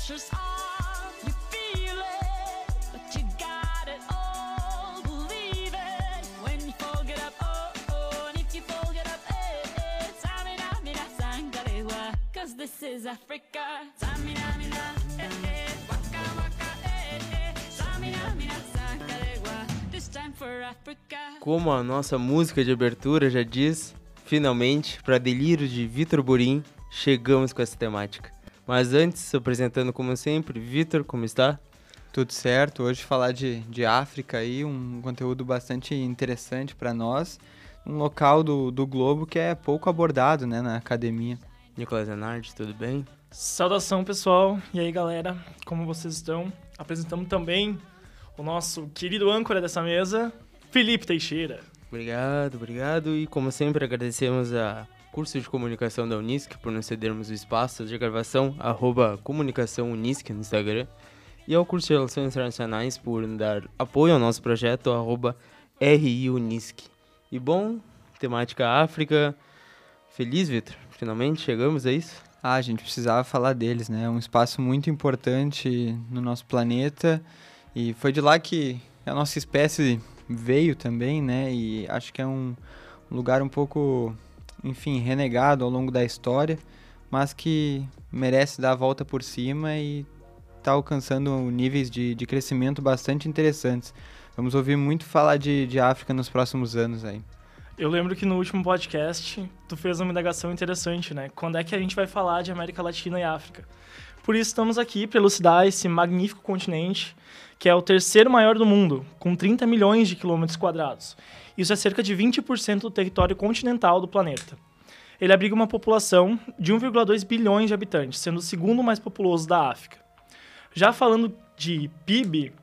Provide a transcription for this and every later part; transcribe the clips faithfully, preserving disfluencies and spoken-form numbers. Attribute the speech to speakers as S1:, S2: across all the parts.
S1: pressure's on, you feel it, but you got it all, believe it. When you fold it up, oh, oh, and if you fold it up, eh, eh, Samina, mina, sangalewa, cause this is Africa. Samina, mina, eh, eh, waka, waka, eh, eh, Samina, mina, sangalewa, this time for Africa.
S2: Como a nossa música de abertura já diz, finalmente, para delírio de Vitor Burim, chegamos com essa temática. Mas antes, apresentando como sempre, Vitor, como está?
S3: Tudo certo, hoje falar de, de África aí, um conteúdo bastante interessante para nós, um local do, do globo que é pouco abordado, né, na academia.
S2: Nicolas Zanardi, tudo bem?
S4: Saudação, pessoal, e aí, galera, como vocês estão? Apresentamos também o nosso querido âncora dessa mesa, Felipe Teixeira.
S2: Obrigado, obrigado, e como sempre agradecemos a curso de comunicação da Unisc por nos cedermos o espaço de gravação, arroba comunicação Unisc no Instagram, e ao curso de Relações Internacionais por dar apoio ao nosso projeto, arroba R I Unisc. E bom, temática África, feliz, Vitor? Finalmente chegamos a isso?
S3: Ah, a gente precisava falar deles, né? É um espaço muito importante no nosso planeta, e foi de lá que a nossa espécie veio também, né? E acho que é um lugar um pouco, enfim, renegado ao longo da história, mas que merece dar a volta por cima e está alcançando níveis de, de crescimento bastante interessantes. Vamos ouvir muito falar de, de África nos próximos anos aí.
S4: Eu lembro que no último podcast tu fez uma indagação interessante, né? Quando é que a gente vai falar de América Latina e África? Por isso estamos aqui para elucidar esse magnífico continente, que é o terceiro maior do mundo, com trinta milhões de quilômetros quadrados. Isso é cerca de vinte por cento do território continental do planeta. Ele abriga uma população de um vírgula dois bilhões de habitantes, sendo o segundo mais populoso da África. Já falando de P I B,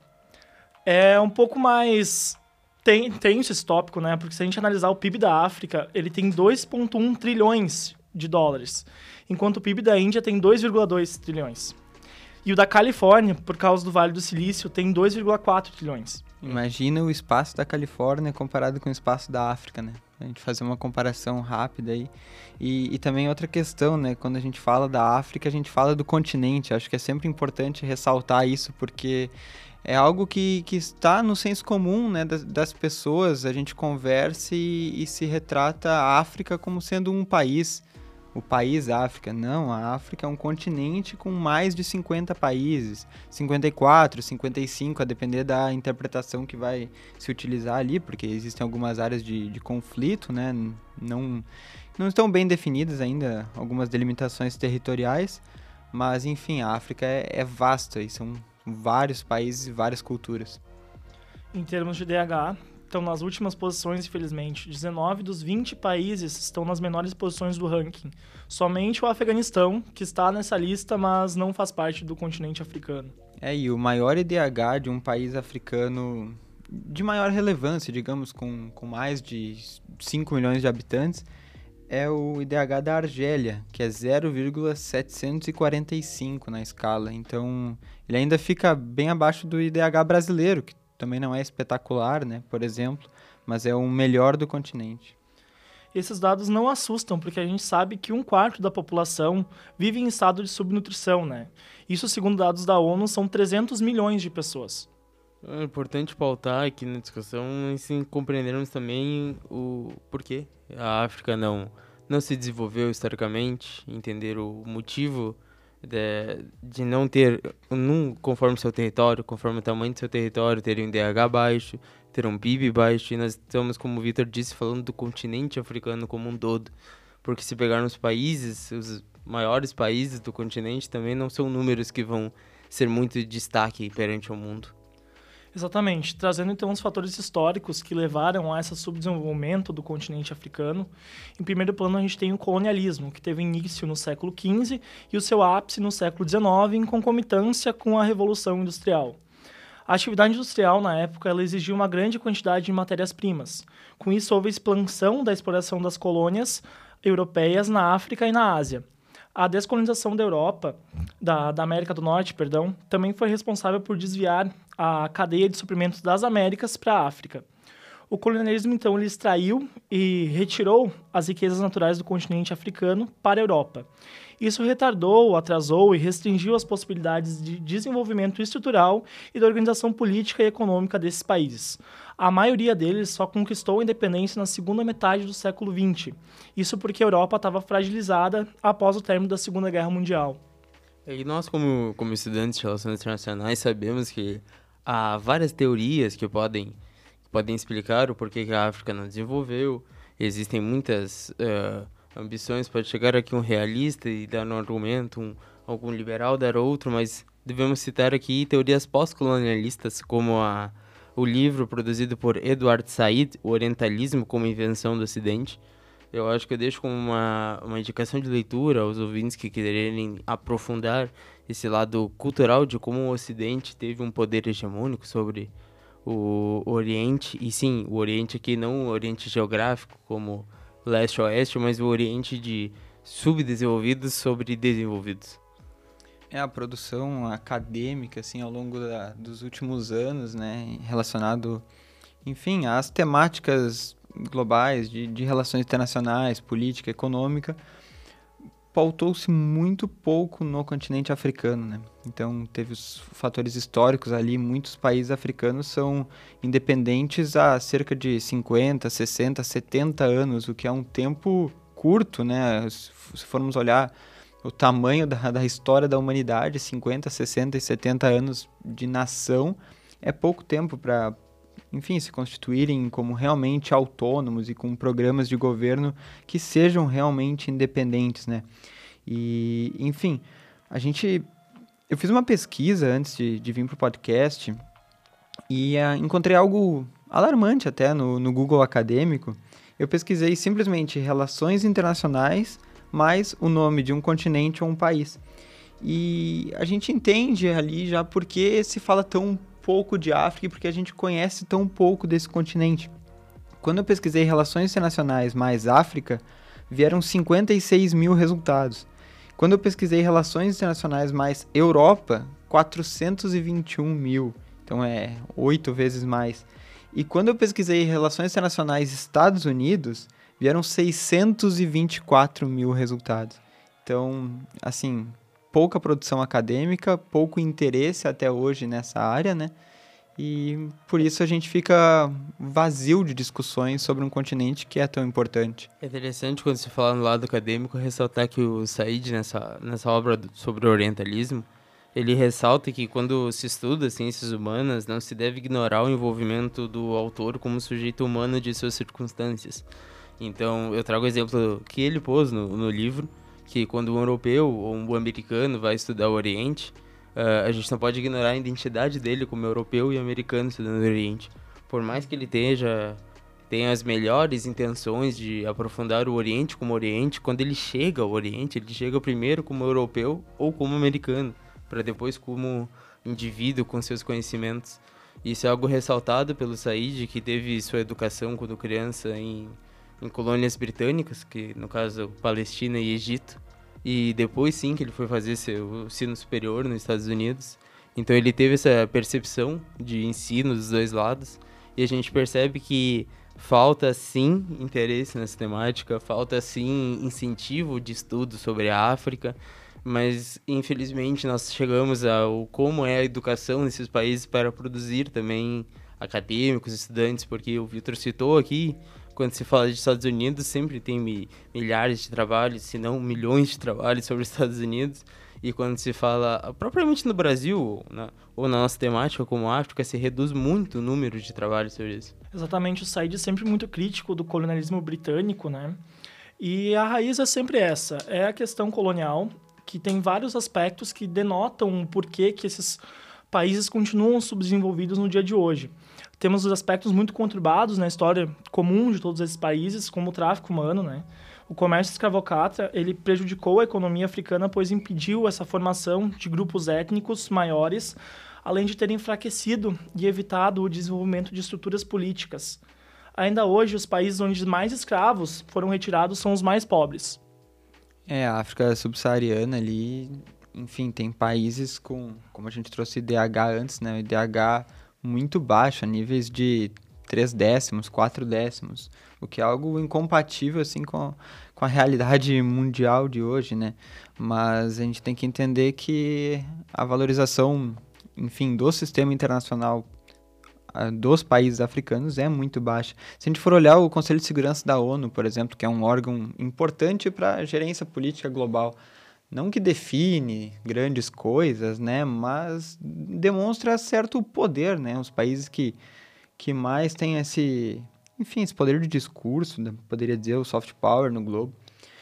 S4: é um pouco mais ten- tenso esse tópico, né? Porque se a gente analisar o P I B da África, ele tem dois vírgula um trilhões de dólares, enquanto o P I B da Índia tem dois vírgula dois trilhões. E o da Califórnia, por causa do Vale do Silício, tem dois vírgula quatro trilhões.
S3: Imagina o espaço da Califórnia comparado com o espaço da África, né? A gente fazer uma comparação rápida aí. E, e também outra questão, né? Quando a gente fala da África, a gente fala do continente. Acho que é sempre importante ressaltar isso, porque é algo que, que está no senso comum, né, das, das pessoas. A gente conversa e, e se retrata a África como sendo um país. O país África. Não, a África é um continente com mais de cinquenta países. cinquenta e quatro, cinquenta e cinco, a depender da interpretação que vai se utilizar ali, porque existem algumas áreas de, de conflito, né? Não, não estão bem definidas ainda algumas delimitações territoriais, mas, enfim, a África é, é vasta e são vários países e várias culturas.
S4: Em termos de D H, estão nas últimas posições, infelizmente. dezenove dos vinte países estão nas menores posições do ranking. Somente o Afeganistão, que está nessa lista, mas não faz parte do continente africano.
S3: É, e o maior I D H de um país africano de maior relevância, digamos, com, com mais de cinco milhões de habitantes, é o I D H da Argélia, que é zero vírgula setecentos e quarenta e cinco na escala. Então, ele ainda fica bem abaixo do I D H brasileiro, que também não é espetacular, né, por exemplo, mas é o melhor do continente.
S4: Esses dados não assustam, porque a gente sabe que um quarto da população vive em estado de subnutrição, né? Isso, segundo dados da ONU, são trezentos milhões de pessoas.
S2: É importante pautar aqui na discussão e sim compreendermos também o porquê a África não, não se desenvolveu historicamente, entender o motivo De, de não ter, num, conforme seu território, conforme o tamanho do seu território, ter um D H baixo, ter um P I B baixo, e nós estamos, como o Vitor disse, falando do continente africano como um todo, porque se pegarmos países, os maiores países do continente também não são números que vão ser muito de destaque perante o mundo.
S4: Exatamente, trazendo então os fatores históricos que levaram a esse subdesenvolvimento do continente africano. Em primeiro plano, a gente tem o colonialismo, que teve início no século quinze e o seu ápice no século dezenove, em concomitância com a Revolução Industrial. A atividade industrial, na época, ela exigia uma grande quantidade de matérias-primas. Com isso, houve a expansão da exploração das colônias europeias na África e na Ásia. A descolonização da Europa, da, da América do Norte, perdão, também foi responsável por desviar a cadeia de suprimentos das Américas para a África. O colonialismo, então, ele extraiu e retirou as riquezas naturais do continente africano para a Europa. Isso retardou, atrasou e restringiu as possibilidades de desenvolvimento estrutural e da organização política e econômica desses países. A maioria deles só conquistou a independência na segunda metade do século vinte. Isso porque a Europa estava fragilizada após o término da Segunda Guerra Mundial.
S2: E nós, como, como estudantes de relações internacionais, sabemos que há várias teorias que podem, podem explicar o porquê que a África não desenvolveu. Existem muitas uh, ambições, pode chegar aqui um realista e dar um argumento, um, algum liberal dar outro, mas devemos citar aqui teorias pós-colonialistas, como a, o livro produzido por Edward Said, O Orientalismo como Invenção do Ocidente. Eu acho que eu deixo como uma, uma indicação de leitura aos ouvintes que quererem aprofundar esse lado cultural de como o Ocidente teve um poder hegemônico sobre o Oriente. E sim, o Oriente aqui não o Oriente geográfico como leste-oeste, mas o Oriente de subdesenvolvidos sobre desenvolvidos.
S3: É, a produção acadêmica, assim, ao longo da, dos últimos anos, né, relacionado, enfim, às temáticas globais, de, de relações internacionais, política, econômica, pautou-se muito pouco no continente africano, né? Então, teve os fatores históricos ali, muitos países africanos são independentes há cerca de cinquenta, sessenta, setenta anos, o que é um tempo curto, né? Se formos olhar o tamanho da, da história da humanidade, cinquenta, sessenta e setenta anos de nação, é pouco tempo para, enfim, se constituírem como realmente autônomos e com programas de governo que sejam realmente independentes, né? E, enfim, a gente... Eu fiz uma pesquisa antes de, de vir para o podcast e uh, encontrei algo alarmante até no, no Google Acadêmico. Eu pesquisei simplesmente relações internacionais mais o nome de um continente ou um país. E a gente entende ali já por que se fala tão pouco de África e porque a gente conhece tão pouco desse continente. Quando eu pesquisei relações internacionais mais África, vieram cinquenta e seis mil resultados. Quando eu pesquisei relações internacionais mais Europa, quatrocentos e vinte e um mil. Então é oito vezes mais. E quando eu pesquisei relações internacionais Estados Unidos, vieram seiscentos e vinte e quatro mil resultados. Então, assim, pouca produção acadêmica, pouco interesse até hoje nessa área, né? E por isso a gente fica vazio de discussões sobre um continente que é tão importante.
S2: É interessante quando se fala no lado acadêmico ressaltar que o Said, nessa, nessa obra do, sobre o orientalismo, ele ressalta que quando se estuda ciências humanas, não se deve ignorar o envolvimento do autor como sujeito humano de suas circunstâncias. Então, eu trago o exemplo que ele pôs no, no livro, que quando um europeu ou um americano vai estudar o Oriente, uh, a gente não pode ignorar a identidade dele como europeu e americano estudando o Oriente. Por mais que ele tenha, tenha as melhores intenções de aprofundar o Oriente como Oriente, quando ele chega ao Oriente, ele chega primeiro como europeu ou como americano, para depois como indivíduo com seus conhecimentos. Isso é algo ressaltado pelo Said, que teve sua educação quando criança em... em colônias britânicas, que no caso Palestina e Egito, e depois sim que ele foi fazer seu ensino superior nos Estados Unidos. Então ele teve essa percepção de ensino dos dois lados, e a gente percebe que falta sim interesse nessa temática, falta sim incentivo de estudo sobre a África, mas infelizmente nós chegamos ao como é a educação nesses países para produzir também acadêmicos, estudantes, porque o Vitor citou aqui, quando se fala de Estados Unidos, sempre tem mi- milhares de trabalhos, se não milhões de trabalhos sobre os Estados Unidos. E quando se fala, propriamente no Brasil, na, ou na nossa temática como África, se reduz muito o número de trabalhos sobre isso.
S4: Exatamente, o Said é sempre muito crítico do colonialismo britânico, né? E a raiz é sempre essa, é a questão colonial, que tem vários aspectos que denotam o porquê que esses países continuam subdesenvolvidos no dia de hoje. Temos os aspectos muito conturbados na história comum de todos esses países, como o tráfico humano, né? O comércio escravocrata, ele prejudicou a economia africana, pois impediu essa formação de grupos étnicos maiores, além de ter enfraquecido e evitado o desenvolvimento de estruturas políticas. Ainda hoje, os países onde mais escravos foram retirados são os mais pobres.
S3: É, a África subsaariana ali, enfim, tem países com, como a gente trouxe I D H antes, né? I D H muito baixo, a níveis de três décimos, quatro décimos, o que é algo incompatível, assim, com, com a realidade mundial de hoje, né? Mas a gente tem que entender que a valorização, enfim, do sistema internacional dos países africanos é muito baixa. Se a gente for olhar o Conselho de Segurança da ONU, por exemplo, que é um órgão importante para a gerência política global, não que define grandes coisas, né, mas demonstra certo poder, né, os países que, que mais têm esse, enfim, esse poder de discurso, né, poderia dizer o soft power no globo.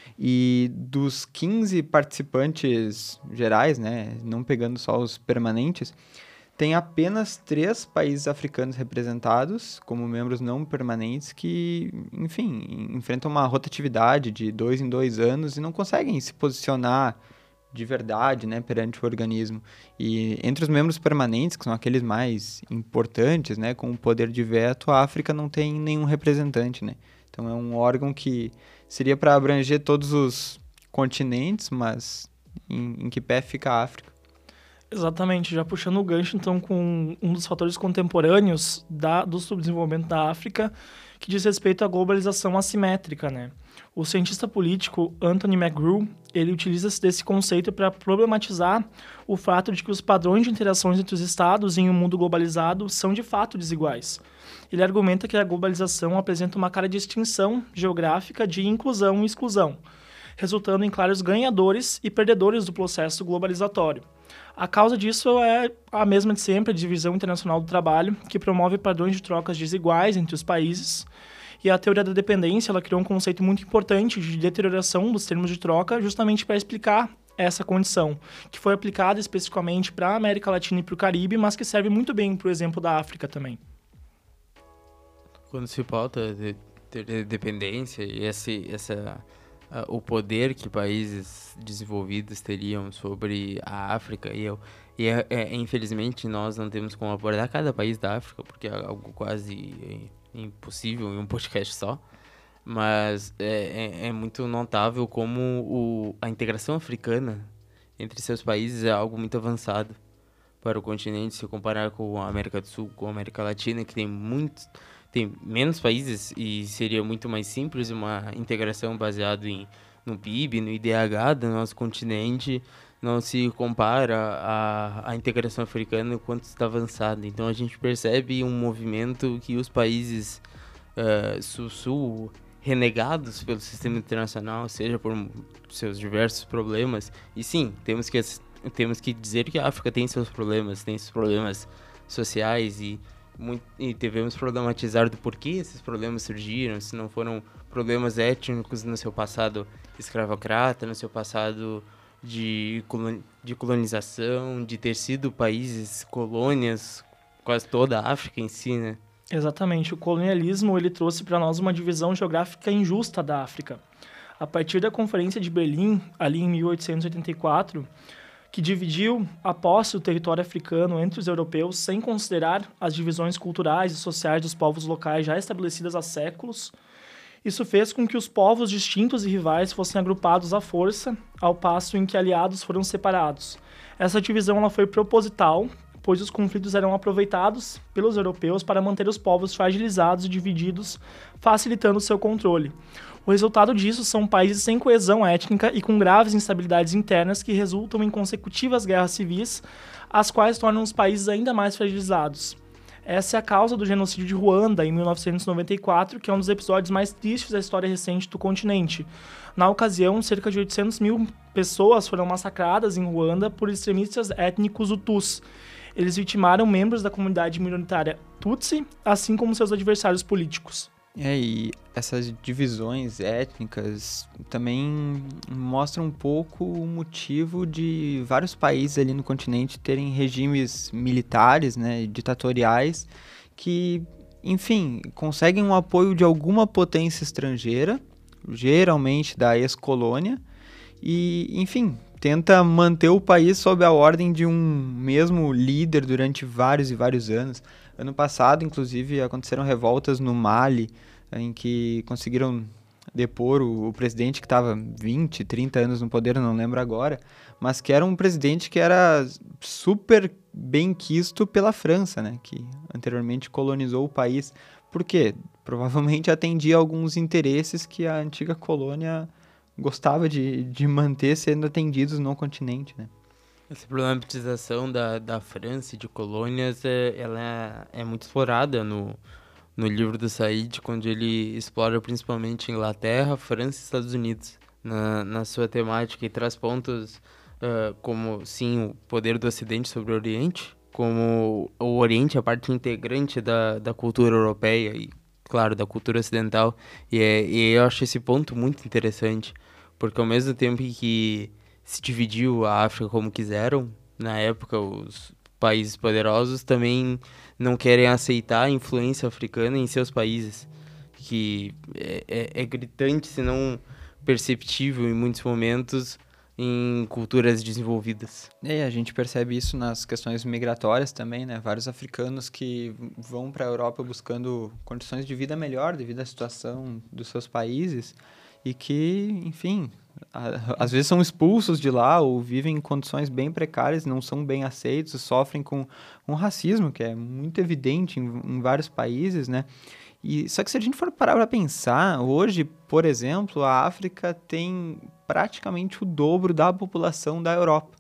S3: E dos quinze participantes gerais, né, não pegando só os permanentes, tem apenas três países africanos representados como membros não permanentes que, enfim, enfrentam uma rotatividade de dois em dois anos e não conseguem se posicionar de verdade, né, perante o organismo. E entre os membros permanentes, que são aqueles mais importantes, né, com o poder de veto, a África não tem nenhum representante, né? Então é um órgão que seria para abranger todos os continentes, mas em, em que pé fica a África?
S4: Exatamente, já puxando o gancho então com um dos fatores contemporâneos da, do subdesenvolvimento da África, que diz respeito à globalização assimétrica, né? O cientista político Anthony McGrew, ele utiliza-se desse conceito para problematizar o fato de que os padrões de interações entre os estados em um mundo globalizado são de fato desiguais. Ele argumenta que a globalização apresenta uma clara distinção geográfica de inclusão e exclusão, resultando em claros ganhadores e perdedores do processo globalizatório. A causa disso é a mesma de sempre, a divisão internacional do trabalho, que promove padrões de trocas desiguais entre os países. E a teoria da dependência, ela criou um conceito muito importante de deterioração dos termos de troca, justamente para explicar essa condição, que foi aplicada especificamente para a América Latina e para o Caribe, mas que serve muito bem para o exemplo da África também.
S2: Quando se pauta de, de, de dependência e esse, essa... Uh, o poder que países desenvolvidos teriam sobre a África, e, eu, e é, é, infelizmente nós não temos como abordar cada país da África, porque é algo quase impossível em um podcast só, mas é, é, é muito notável como o, a integração africana entre seus países é algo muito avançado para o continente, se comparar com a América do Sul, com a América Latina, que tem muitos... tem menos países e seria muito mais simples uma integração baseada em, no P I B, no I D H do nosso continente, não se compara a, a integração africana o quanto está avançada. Então a gente percebe um movimento que os países uh, sul-sul renegados pelo sistema internacional, seja por seus diversos problemas, e sim, temos que, temos que dizer que a África tem seus problemas, tem seus problemas sociais e Muito, e devemos problematizar do porquê esses problemas surgiram, se não foram problemas étnicos no seu passado escravocrata, no seu passado de, colon, de colonização, de ter sido países, colônias, quase toda a África em si, né?
S4: Exatamente. O colonialismo ele trouxe para nós uma divisão geográfica injusta da África. A partir da Conferência de Berlim, ali em mil oitocentos e oitenta e quatro, que dividiu a posse do território africano entre os europeus sem considerar as divisões culturais e sociais dos povos locais já estabelecidas há séculos. Isso fez com que os povos distintos e rivais fossem agrupados à força, ao passo em que aliados foram separados. Essa divisão ela foi proposital, pois os conflitos eram aproveitados pelos europeus para manter os povos fragilizados e divididos, facilitando seu controle. O resultado disso são países sem coesão étnica e com graves instabilidades internas que resultam em consecutivas guerras civis, as quais tornam os países ainda mais fragilizados. Essa é a causa do genocídio de Ruanda, em mil novecentos e noventa e quatro, que é um dos episódios mais tristes da história recente do continente. Na ocasião, cerca de oitocentas mil pessoas foram massacradas em Ruanda por extremistas étnicos hutus. Eles vitimaram membros da comunidade minoritária Tutsi, assim como seus adversários políticos.
S3: É, e essas divisões étnicas também mostram um pouco o motivo de vários países ali no continente terem regimes militares, né, ditatoriais, que, enfim, conseguem o apoio de alguma potência estrangeira, geralmente da ex-colônia, e, enfim, tenta manter o país sob a ordem de um mesmo líder durante vários e vários anos. Ano passado, inclusive, aconteceram revoltas no Mali, em que conseguiram depor o, o presidente que estava vinte, trinta anos no poder, eu não lembro agora, mas que era um presidente que era super bem quisto pela França, né, que anteriormente colonizou o país, Por quê? Provavelmente atendia alguns interesses que a antiga colônia gostava de, de manter sendo atendidos no continente, né?
S2: Essa problematização da, da França e de colônias, é, ela é, é muito explorada no, no livro do Said, quando ele explora principalmente Inglaterra, França e Estados Unidos na, na sua temática e traz pontos uh, como, sim, o poder do Ocidente sobre o Oriente, como o Oriente é parte integrante da, da cultura europeia e, claro, da cultura ocidental. E, é, e eu acho esse ponto muito interessante, porque ao mesmo tempo que se dividiu a África como quiseram, na época os países poderosos também não querem aceitar a influência africana em seus países, que é, é, é gritante, se não perceptível em muitos momentos em culturas desenvolvidas.
S3: É, a gente percebe isso nas questões migratórias também, né? Vários africanos que vão para a Europa buscando condições de vida melhor devido à situação dos seus países e que, enfim, a, às vezes são expulsos de lá ou vivem em condições bem precárias, não são bem aceitos, sofrem com um racismo que é muito evidente em, em vários países, né? E, só que se a gente for parar para pensar, hoje, por exemplo, a África tem praticamente o dobro da população da Europa.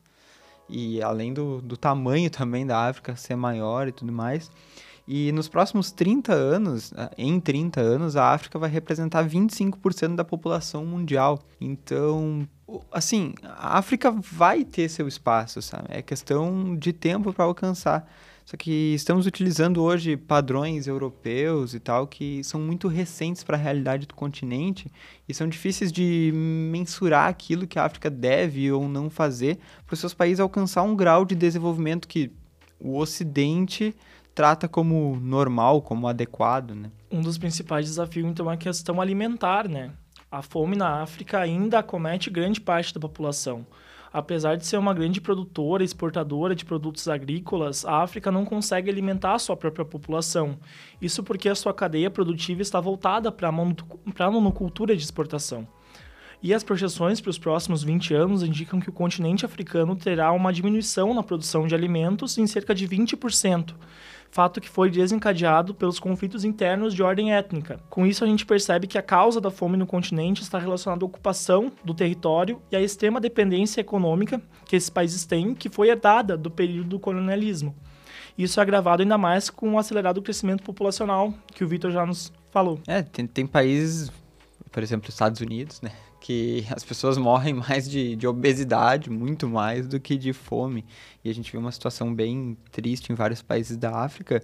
S3: E além do, do tamanho também da África ser maior e tudo mais. E nos próximos trinta anos, em trinta anos, a África vai representar vinte e cinco por cento da população mundial. Então, assim, a África vai ter seu espaço, sabe? É questão de tempo para alcançar. Só que estamos utilizando hoje padrões europeus e tal que são muito recentes para a realidade do continente e são difíceis de mensurar aquilo que a África deve ou não fazer para os seus países alcançar um grau de desenvolvimento que o Ocidente trata como normal, como adequado, né?
S4: Um dos principais desafios, então, é a questão alimentar, né? A fome na África ainda acomete grande parte da população. Apesar de ser uma grande produtora e exportadora de produtos agrícolas, a África não consegue alimentar a sua própria população. Isso porque a sua cadeia produtiva está voltada para a monocultura de exportação. E as projeções para os próximos vinte anos indicam que o continente africano terá uma diminuição na produção de alimentos em cerca de vinte por cento. Fato que foi desencadeado pelos conflitos internos de ordem étnica. Com isso, a gente percebe que a causa da fome no continente está relacionada à ocupação do território e à extrema dependência econômica que esses países têm, que foi herdada do período do colonialismo. Isso é agravado ainda mais com o acelerado crescimento populacional, que o Vitor já nos falou.
S3: É, tem, tem países, por exemplo, Estados Unidos, né? Que as pessoas morrem mais de, de obesidade, muito mais do que de fome. E a gente vê uma situação bem triste em vários países da África.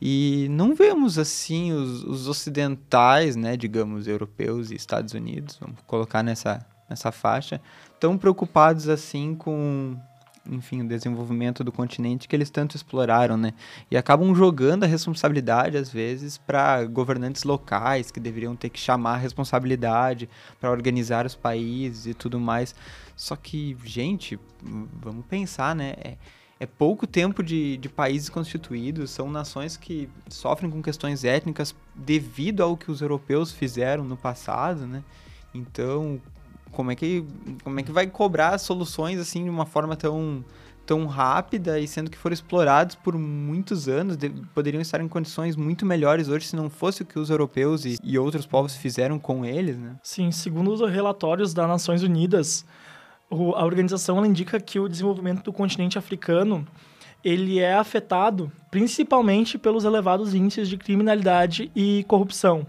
S3: E não vemos, assim, os, os ocidentais, né, digamos, europeus e Estados Unidos, vamos colocar nessa, nessa faixa, tão preocupados, assim, com, enfim, o desenvolvimento do continente que eles tanto exploraram, né? E acabam jogando a responsabilidade, às vezes, para governantes locais que deveriam ter que chamar a responsabilidade para organizar os países e tudo mais. Só que, gente, vamos pensar, né? É, é pouco tempo de, de países constituídos, são nações que sofrem com questões étnicas devido ao que os europeus fizeram no passado, né? Então, como é que, como é que vai cobrar soluções assim de uma forma tão, tão rápida e sendo que foram explorados por muitos anos, de, poderiam estar em condições muito melhores hoje se não fosse o que os europeus e, e outros povos fizeram com eles, né?
S4: Sim, segundo os relatórios das Nações Unidas, o, a organização ela indica que o desenvolvimento do continente africano ele é afetado principalmente pelos elevados índices de criminalidade e corrupção.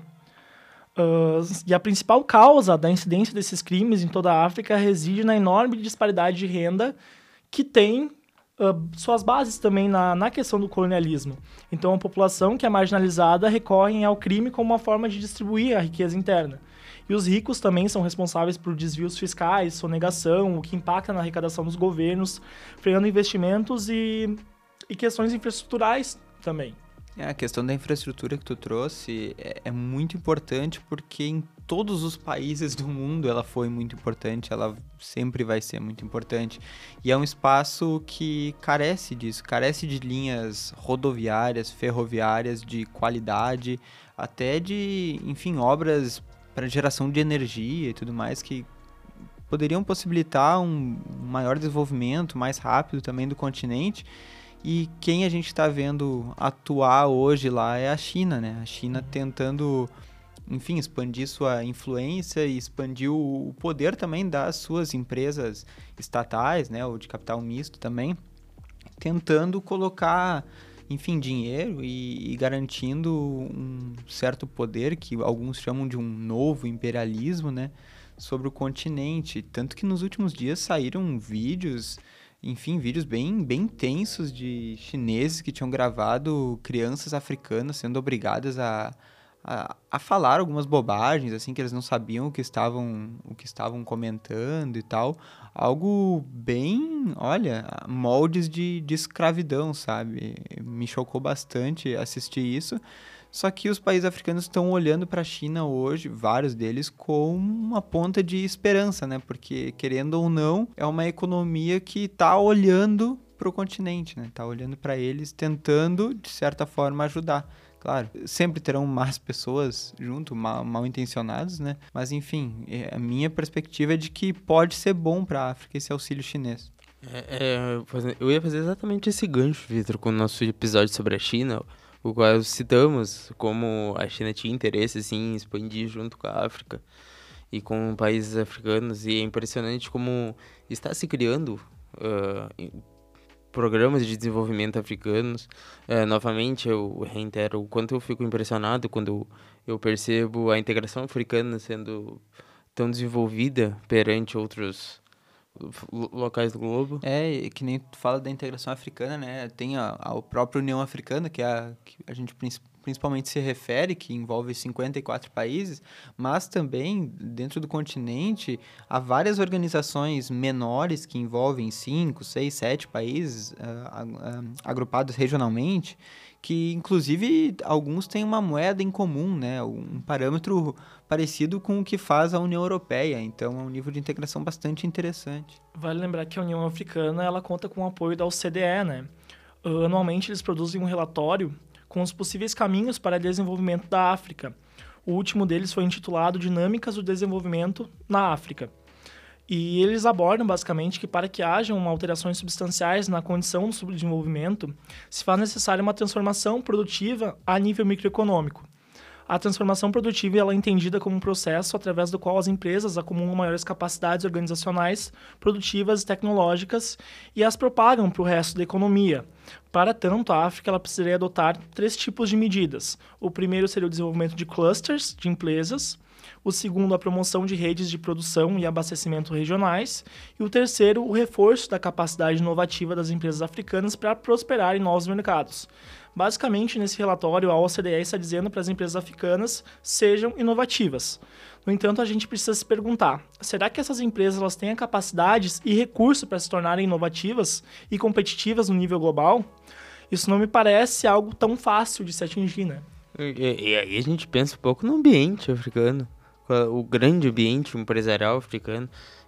S4: Uh, e a principal causa da incidência desses crimes em toda a África reside na enorme disparidade de renda que tem uh, suas bases também na, na questão do colonialismo. Então, a população que é marginalizada recorre ao crime como uma forma de distribuir a riqueza interna. E os ricos também são responsáveis por desvios fiscais, sonegação, o que impacta na arrecadação dos governos, freando investimentos e, e questões infraestruturais também.
S3: É, a questão da infraestrutura que tu trouxe é, é muito importante porque em todos os países do mundo ela foi muito importante, ela sempre vai ser muito importante. E é um espaço que carece disso, carece de linhas rodoviárias, ferroviárias de qualidade, até de, enfim, obras para geração de energia e tudo mais que poderiam possibilitar um maior desenvolvimento, mais rápido também do continente. E quem a gente está vendo atuar hoje lá é a China, né? A China tentando, enfim, expandir sua influência e expandir o poder também das suas empresas estatais, né? Ou de capital misto também, tentando colocar, enfim, dinheiro e, e garantindo um certo poder que alguns chamam de um novo imperialismo, né? Sobre o continente. Tanto que nos últimos dias saíram vídeos... Enfim, vídeos bem, bem tensos de chineses que tinham gravado crianças africanas sendo obrigadas a, a, a falar algumas bobagens, assim, que eles não sabiam o que estavam, o que estavam comentando e tal. Algo bem, olha, moldes de, de escravidão, sabe? Me chocou bastante assistir isso. Só que os países africanos estão olhando para a China hoje, vários deles, com uma ponta de esperança, né? Porque, querendo ou não, é uma economia que está olhando para o continente, né? Está olhando para eles, tentando, de certa forma, ajudar. Claro, sempre terão más pessoas junto, mal, mal intencionados, né? Mas, enfim, a minha perspectiva é de que pode ser bom para a África esse auxílio chinês.
S2: É, é, eu ia fazer exatamente esse gancho, Vitor, com o nosso episódio sobre a China, o qual citamos como a China tinha interesse assim, em expandir junto com a África e com países africanos, e é impressionante como está se criando uh, programas de desenvolvimento africanos. Uh, novamente, eu reitero o quanto eu fico impressionado quando eu percebo a integração africana sendo tão desenvolvida perante outros locais do globo.
S3: É, que nem tu fala da integração africana, né? Tem a, a própria União Africana, que, é a, que a gente principalmente se refere, que envolve cinquenta e quatro países, mas também, dentro do continente, há várias organizações menores que envolvem cinco, seis, sete países uh, uh, agrupados regionalmente, que, inclusive, alguns têm uma moeda em comum, né? Um parâmetro parecido com o que faz a União Europeia. Então, é um nível de integração bastante interessante.
S4: Vale lembrar que a União Africana ela conta com o apoio da O C D E, né? Anualmente, eles produzem um relatório com os possíveis caminhos para o desenvolvimento da África. O último deles foi intitulado Dinâmicas do Desenvolvimento na África. E eles abordam, basicamente, que para que hajam alterações substanciais na condição do subdesenvolvimento, se faz necessária uma transformação produtiva a nível microeconômico. A transformação produtiva ela é entendida como um processo através do qual as empresas acumulam maiores capacidades organizacionais, produtivas e tecnológicas e as propagam para o resto da economia. Para tanto, a África ela precisaria adotar três tipos de medidas. O primeiro seria o desenvolvimento de clusters de empresas, o segundo, a promoção de redes de produção e abastecimento regionais, e o terceiro, o reforço da capacidade inovativa das empresas africanas para prosperar em novos mercados. Basicamente, nesse relatório, a O C D E está dizendo para as empresas africanas sejam inovativas. No entanto, a gente precisa se perguntar, será que essas empresas elas têm a capacidades e recursos para se tornarem inovativas e competitivas no nível global? Isso não me parece algo tão fácil de se atingir, né?
S2: E, e aí a gente pensa um pouco no ambiente africano, o grande ambiente empresarial africano,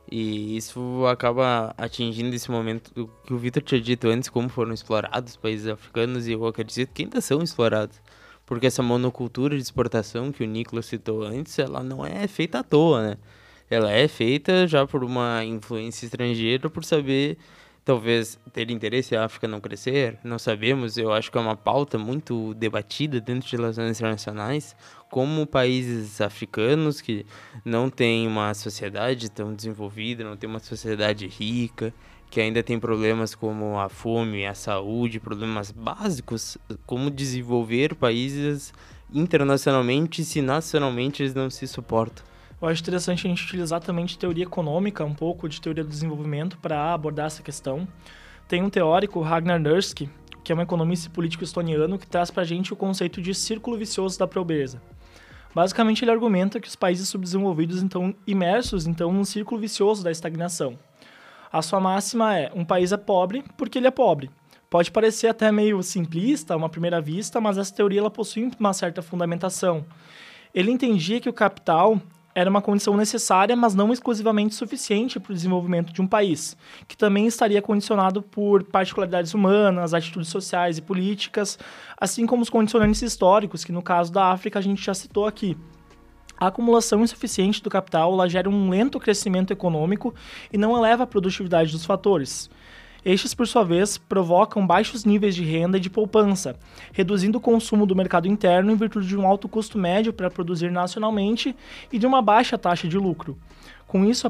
S2: e isso acaba atingindo esse momento que o Vitor tinha dito antes, como foram explorados os países africanos, e eu acredito que ainda são explorados, porque essa monocultura de exportação que o Nicolas citou antes, ela não é feita à toa, né? Ela é feita já por uma influência estrangeira, por saber, talvez, ter interesse a África não crescer, não sabemos. Eu acho que é uma pauta muito debatida dentro de relações internacionais, como países africanos que não têm uma sociedade tão desenvolvida, não têm uma sociedade rica, que ainda tem problemas como a fome, a saúde, problemas básicos, como desenvolver países internacionalmente se nacionalmente eles não se suportam.
S4: Eu acho interessante a gente utilizar também de teoria econômica, um pouco de teoria do desenvolvimento para abordar essa questão. Tem um teórico, Ragnar Nursky, que é um economista e político estoniano, que traz para a gente o conceito de círculo vicioso da pobreza. Basicamente, ele argumenta que os países subdesenvolvidos estão imersos então, num círculo vicioso da estagnação. A sua máxima é, um país é pobre porque ele é pobre. Pode parecer até meio simplista, à uma primeira vista, mas essa teoria ela possui uma certa fundamentação. Ele entendia que o capital era uma condição necessária, mas não exclusivamente suficiente para o desenvolvimento de um país, que também estaria condicionado por particularidades humanas, atitudes sociais e políticas, assim como os condicionantes históricos, que no caso da África a gente já citou aqui. A acumulação insuficiente do capital ela gera um lento crescimento econômico e não eleva a produtividade dos fatores. Estes, por sua vez, provocam baixos níveis de renda e de poupança, reduzindo o consumo do mercado interno em virtude de um alto custo médio para produzir nacionalmente e de uma baixa taxa de lucro. Com isso, a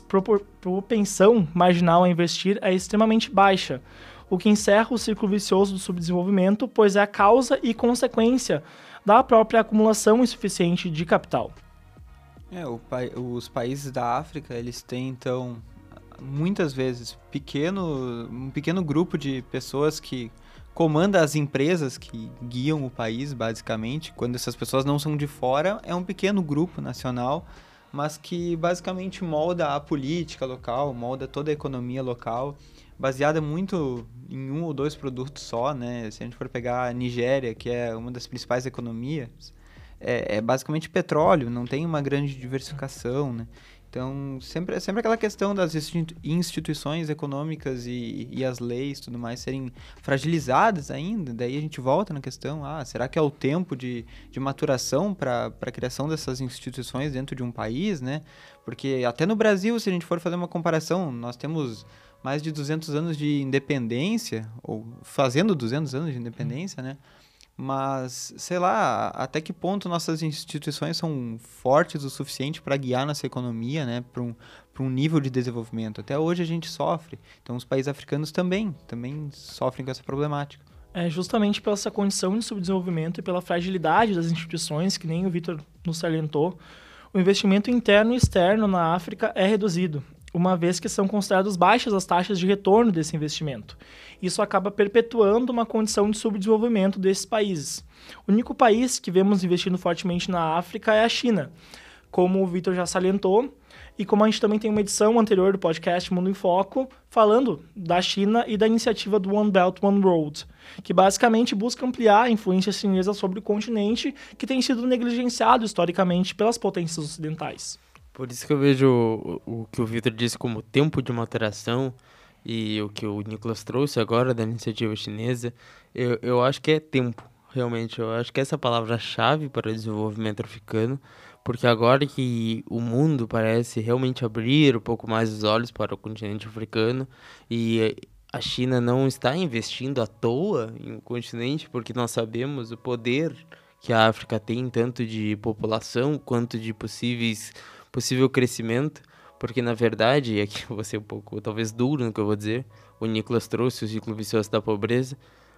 S4: propensão marginal a investir é extremamente baixa, o que encerra o ciclo vicioso do subdesenvolvimento, pois é a causa e consequência da própria acumulação insuficiente de capital.
S3: É, o pa- os países da África, eles têm, então, muitas vezes, pequeno, um pequeno grupo de pessoas que comanda as empresas que guiam o país, basicamente. Quando essas pessoas não são de fora, é um pequeno grupo nacional, mas que basicamente molda a política local, molda toda a economia local, baseada muito em um ou dois produtos só, né? Se a gente for pegar a Nigéria, que é uma das principais economias, é, é basicamente petróleo, não tem uma grande diversificação, né? Então, sempre, sempre aquela questão das institu- instituições econômicas e, e as leis e tudo mais serem fragilizadas ainda. Daí a gente volta na questão, ah, será que é o tempo de, de maturação para a criação dessas instituições dentro de um país, né? Porque até no Brasil, se a gente for fazer uma comparação, nós temos mais de duzentos anos de independência, ou fazendo duzentos anos de independência, né? Mas, sei lá, até que ponto nossas instituições são fortes o suficiente para guiar nossa economia, né, para um, para um nível de desenvolvimento. Até hoje a gente sofre. Então, os países africanos também, também sofrem com essa problemática.
S4: É justamente pela essa condição de subdesenvolvimento e pela fragilidade das instituições, que nem o Vitor nos salientou, o investimento interno e externo na África é reduzido, uma vez que são consideradas baixas as taxas de retorno desse investimento. Isso acaba perpetuando uma condição de subdesenvolvimento desses países. O único país que vemos investindo fortemente na África é a China, como o Vitor já salientou, e como a gente também tem uma edição anterior do podcast Mundo em Foco, falando da China e da iniciativa do One Belt, One Road, que basicamente busca ampliar a influência chinesa sobre o continente, que tem sido negligenciado historicamente pelas potências ocidentais.
S2: Por isso que eu vejo o, o que o Vitor disse como tempo de maturação e o que o Nicolas trouxe agora da iniciativa chinesa, eu, eu acho que é tempo, realmente. Eu acho que essa é a palavra-chave para o desenvolvimento africano, porque agora que o mundo parece realmente abrir um pouco mais os olhos para o continente africano e a China não está investindo à toa em um continente, porque nós sabemos o poder que a África tem, tanto de população quanto de possíveis possível crescimento, porque na verdade, e aqui eu vou ser um pouco talvez duro no que eu vou dizer, o Nicolas trouxe o ciclo vicioso da pobreza,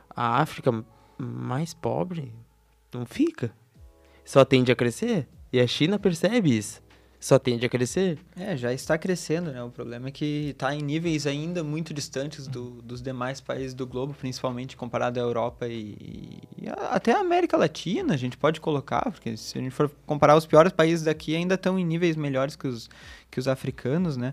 S2: a África mais pobre não fica, só tende a crescer, e a China percebe isso, só tende a crescer.
S3: É, já está crescendo, né? O problema é que está em níveis ainda muito distantes do, dos demais países do globo, principalmente comparado à Europa e, e a, até a América Latina, a gente pode colocar, porque se a gente for comparar os piores países daqui, ainda estão em níveis melhores que os, que os africanos, né?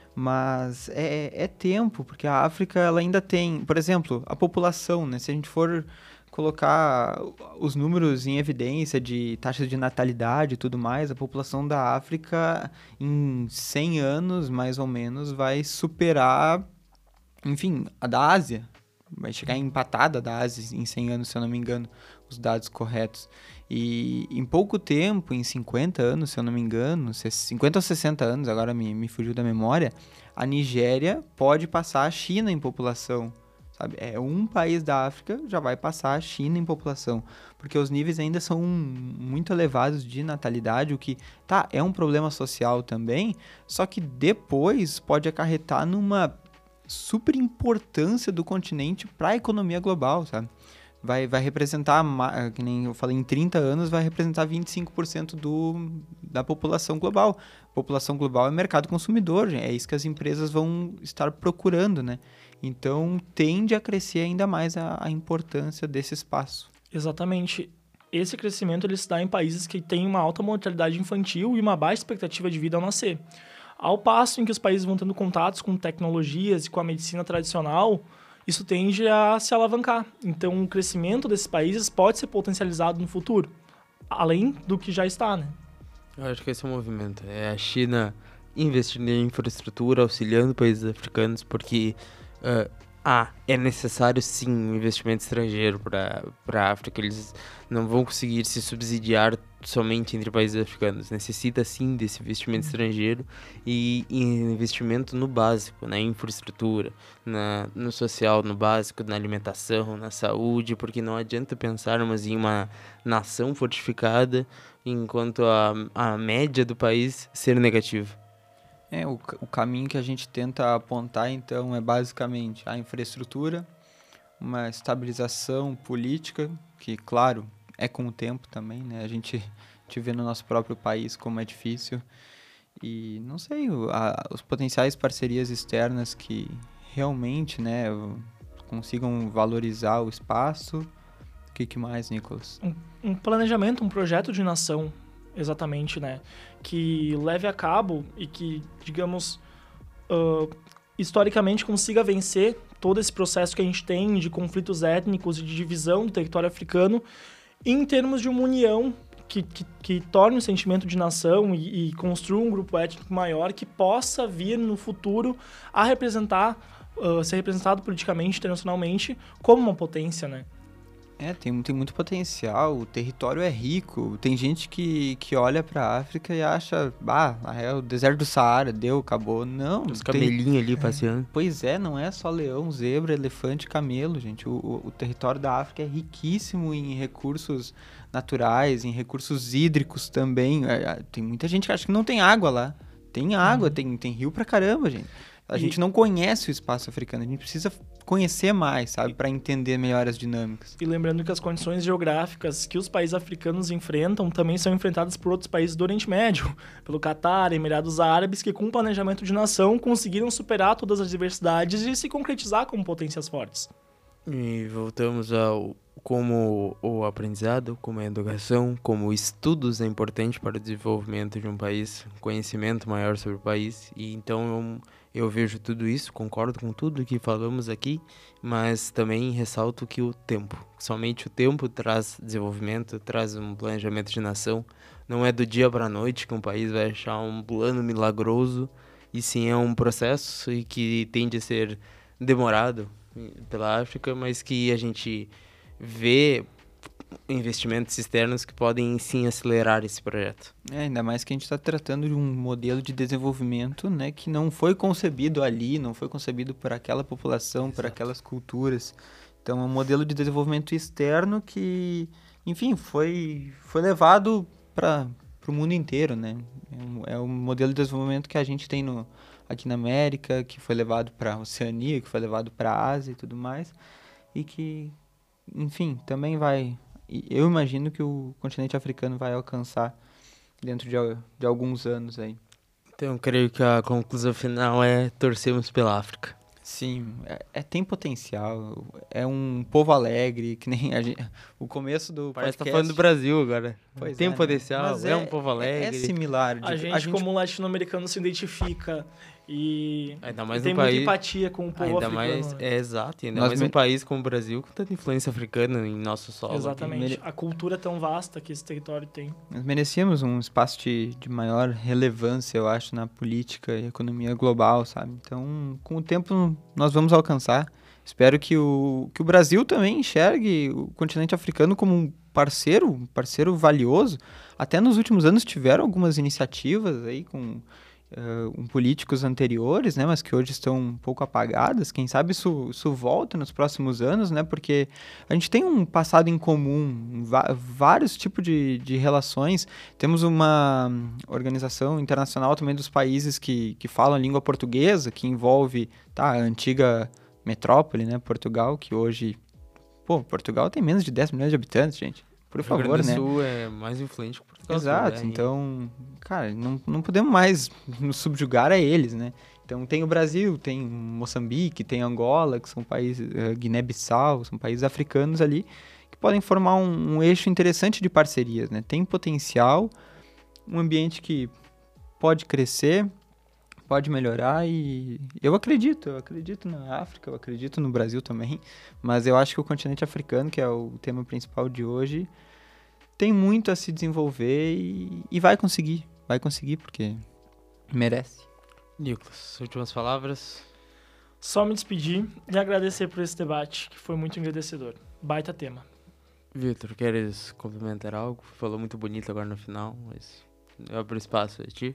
S3: Mas é, é tempo, porque a África ela ainda tem, por exemplo, a população, né? Se a gente for colocar os números em evidência de taxas de natalidade e tudo mais, a população da África em cem anos, mais ou menos, vai superar, enfim, a da Ásia. Vai chegar empatada da Ásia em cem anos, se eu não me engano, os dados corretos. E em pouco tempo, em cinquenta anos, se eu não me engano, cinquenta ou sessenta anos, agora me, me fugiu da memória, a Nigéria pode passar a China em população. Sabe? É um país da África já vai passar a China em população, porque os níveis ainda são muito elevados de natalidade, o que tá, é um problema social também, só que depois pode acarretar numa super importância do continente para a economia global, sabe? Vai, vai representar, que nem eu falei, em trinta anos, vai representar vinte e cinco por cento do, da população global. População global é mercado consumidor, é isso que as empresas vão estar procurando, né? Então, tende a crescer ainda mais a, a importância desse espaço.
S4: Exatamente. Esse crescimento ele se dá em países que têm uma alta mortalidade infantil e uma baixa expectativa de vida ao nascer. Ao passo em que os países vão tendo contatos com tecnologias e com a medicina tradicional, isso tende a se alavancar. Então, o crescimento desses países pode ser potencializado no futuro, além do que já está, né?
S2: Eu acho que esse é o movimento. É a China investindo em infraestrutura, auxiliando países africanos, porque uh, Ah, é necessário sim um investimento estrangeiro para a África. Eles não vão conseguir se subsidiar somente entre países africanos. Necessita sim desse investimento estrangeiro e, e investimento no básico, na infraestrutura, na, no social, no básico, na alimentação, na saúde, porque não adianta pensarmos em uma nação fortificada enquanto a, a média do país ser negativa.
S3: É, o, ca- o caminho que a gente tenta apontar, então, é basicamente a infraestrutura, uma estabilização política, que, claro, é com o tempo também, né? A gente, a gente vê no nosso próprio país como é difícil. E, não sei, o- a- os potenciais parcerias externas que realmente, né, o- consigam valorizar o espaço. O que, que mais, Nicolas?
S4: Um planejamento, um projeto de nação, exatamente, né? Que leve a cabo e que, digamos, ah, historicamente consiga vencer todo esse processo que a gente tem de conflitos étnicos e de divisão do território africano em termos de uma união que, que, que torne o sentimento de nação e, e construa um grupo étnico maior que possa vir no futuro a representar, ah, ser representado politicamente, internacionalmente, como uma potência, né?
S3: É, tem, tem muito potencial, o território é rico. Tem gente que, que olha pra África e acha, ah, é o deserto do Saara, deu, acabou. Não,
S2: Os
S3: tem-
S2: camelinhos ali passeando.
S3: Pois é, não é só leão, zebra, elefante, camelo, gente. O, o, o território da África é riquíssimo em recursos naturais, em recursos hídricos também. É, é, tem muita gente que acha que não tem água lá. Tem água, tem, tem rio pra caramba, gente. A
S4: E-
S3: gente não conhece o espaço africano, a gente precisa conhecer mais, sabe, pra entender melhor as dinâmicas.
S4: E lembrando que as condições geográficas que os países africanos enfrentam também são enfrentadas por outros países do Oriente Médio, pelo Catar, Emirados Árabes, que com o planejamento de nação conseguiram superar todas as diversidades e se concretizar como potências fortes.
S2: E voltamos ao como o aprendizado, como a educação, como estudos é importante para o desenvolvimento de um país, conhecimento maior sobre o país. E então eu, eu vejo tudo isso, concordo com tudo que falamos aqui, mas também ressalto que o tempo, somente o tempo traz desenvolvimento, traz um planejamento de nação. Não é do dia para a noite que um país vai achar um plano milagroso, e sim é um processo e que tende a ser demorado pela África, mas que a gente vê investimentos externos que podem sim acelerar esse projeto.
S3: É, ainda mais que a gente está tratando de um modelo de desenvolvimento, né, que não foi concebido ali, não foi concebido por aquela população, por aquelas culturas. Então, é um modelo de desenvolvimento externo que, enfim, foi, foi levado para o mundo inteiro, né? É um, é um modelo de desenvolvimento que a gente tem no, aqui na América, que foi levado para a Oceania, que foi levado para a Ásia e tudo mais, e que, enfim, também vai... e eu imagino que o continente africano vai alcançar dentro de, al- de alguns anos aí.
S2: Então, eu creio que a conclusão final é torcemos pela África.
S3: Sim, é, é- tem potencial, é um povo alegre, que nem a gente, o começo do
S2: Parece que tá
S3: podcast...
S2: falando do Brasil agora.
S3: Pois
S2: Tem
S3: é, né?
S2: potencial,
S3: Mas
S2: é, um povo
S3: É,
S2: alegre.
S3: similar.
S4: A
S3: digo,
S4: gente, como latino-americano, se identifica e,
S2: Ainda
S4: e
S2: mais
S4: tem
S2: um
S4: muita
S2: país-
S4: empatia com o povo
S2: Ainda
S4: africano.
S2: mais,
S4: né?
S2: é exato, ainda
S3: Nós
S2: mais
S3: me-
S2: um país como o Brasil com tanta influência africana em nosso solo. aqui.
S4: Exatamente.
S3: mere-
S4: A cultura é tão vasta que esse território tem.
S3: Nós merecíamos um espaço de, de maior relevância, eu acho, na política e economia global, sabe? Então, com o tempo, nós vamos alcançar. Espero que o, que o Brasil também enxergue o continente africano como um parceiro, um parceiro valioso. Até nos últimos anos tiveram algumas iniciativas aí com eh, um políticos anteriores, né? Mas que hoje estão um pouco apagadas. Quem sabe isso, isso volta nos próximos anos, né? Porque a gente tem um passado em comum, va- vários tipos de, de relações. Temos uma hum, organização internacional também dos países que, que falam a língua portuguesa, que envolve tá, a antiga metrópole, né? Portugal, que hoje... Pô, Portugal tem menos de dez milhões de habitantes, gente. Por
S2: O Rio
S3: favor,
S2: Grande do
S3: né?
S2: Sul é mais influente que Portugal.
S3: Exato,
S2: Sul, né?
S3: então, cara, não, não podemos mais nos subjugar a eles, né? Então tem o Brasil, tem Moçambique, tem Angola, que são países, eh, Guiné-Bissau, são países africanos ali, que podem formar um, um eixo interessante de parcerias, né? Tem potencial, um ambiente que pode crescer, pode melhorar e eu acredito, eu acredito na África, eu acredito no Brasil também, mas eu acho que o continente africano, que é o tema principal de hoje, tem muito a se desenvolver e, e vai conseguir, vai conseguir porque merece.
S2: Nicolas, últimas palavras.
S4: Só me despedir e agradecer por esse debate, que foi muito engrandecedor. Baita tema.
S2: Vitor, queres complementar algo? Falou muito bonito agora no final, mas eu abro espaço a ti.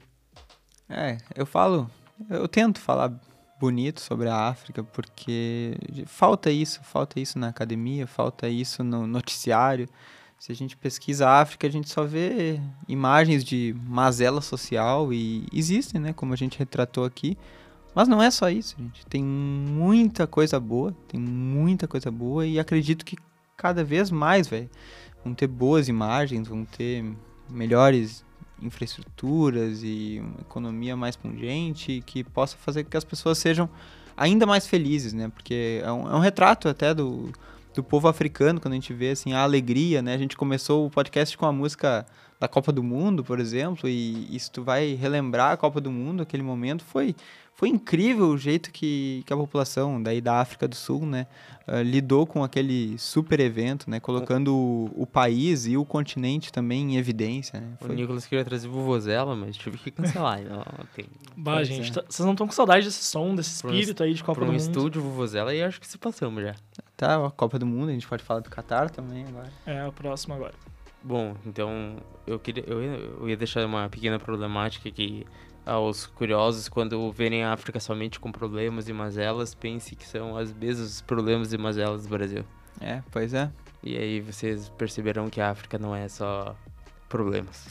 S3: É, eu falo, eu tento falar bonito sobre a África, porque falta isso, falta isso na academia, falta isso no noticiário. Se a gente pesquisa a África, a gente só vê imagens de mazela social e existem, né, como a gente retratou aqui. Mas não é só isso, gente. Tem muita coisa boa, tem muita coisa boa e acredito que cada vez mais, velho, vão ter boas imagens, vão ter melhores infraestruturas e uma economia mais pungente que possa fazer com que as pessoas sejam ainda mais felizes, né? Porque é um, é um retrato até do, do povo africano, quando a gente vê, assim, a alegria, né? A gente começou o podcast com a música da Copa do Mundo, por exemplo, e, e se tu vai relembrar a Copa do Mundo, aquele momento, foi... Foi incrível o jeito que, que a população daí da África do Sul, né, uh, lidou com aquele super evento, né, colocando o, o país e o continente também em evidência. Né?
S2: O
S3: Foi...
S2: Nicolas queria trazer vuvuzela, mas tive que cancelar. Não, tem...
S4: Bah,
S3: Pois
S4: gente,
S3: é.
S4: tá- vocês não estão com saudade desse som, desse
S2: Pra um
S4: espírito aí de Copa
S2: Para
S4: do
S2: um
S4: Mundo?
S2: estúdio vuvuzela e acho que se passamos já.
S3: Tá, a Copa do Mundo, a gente pode falar do Catar também agora.
S4: É, o próximo agora.
S2: Bom, então eu queria eu ia, eu ia deixar uma pequena problemática aqui aos curiosos, quando verem a África somente com problemas e mazelas, pense que são os mesmos problemas e mazelas do Brasil.
S3: É, pois é.
S2: E aí vocês perceberão que a África não é só problemas.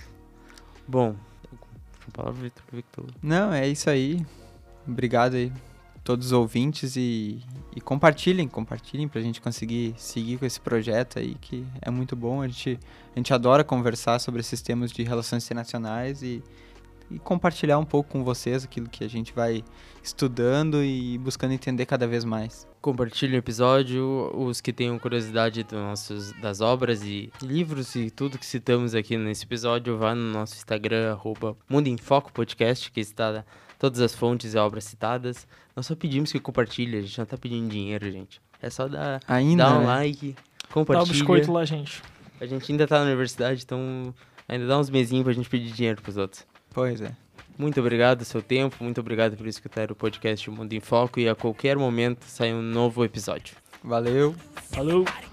S2: Bom, a palavra Victor, Victor.
S3: Não, é isso aí. Obrigado aí a todos os ouvintes e, e compartilhem, compartilhem pra gente conseguir seguir com esse projeto aí, que é muito bom. A gente, a gente adora conversar sobre esses temas de relações internacionais e e compartilhar um pouco com vocês aquilo que a gente vai estudando e buscando entender cada vez mais.
S2: Compartilhe o episódio, os que tenham curiosidade dos nossos, das obras e livros e tudo que citamos aqui nesse episódio, vá no nosso Instagram, arroba Mundo em Foco Podcast, que está todas as fontes e obras citadas. Nós só pedimos que compartilhe, a gente não tá pedindo dinheiro, gente. É só dar,
S3: Ainda,
S2: dar um
S3: né?
S2: like,
S4: Dá o
S2: compartilha.
S4: biscoito lá, gente.
S2: A gente ainda tá na universidade, então ainda dá uns mesinhos pra gente pedir dinheiro pros outros.
S3: Pois é.
S2: Muito obrigado pelo seu tempo, muito obrigado por escutar o podcast Mundo em Foco e a qualquer momento sai um novo episódio.
S3: Valeu.
S4: Falou!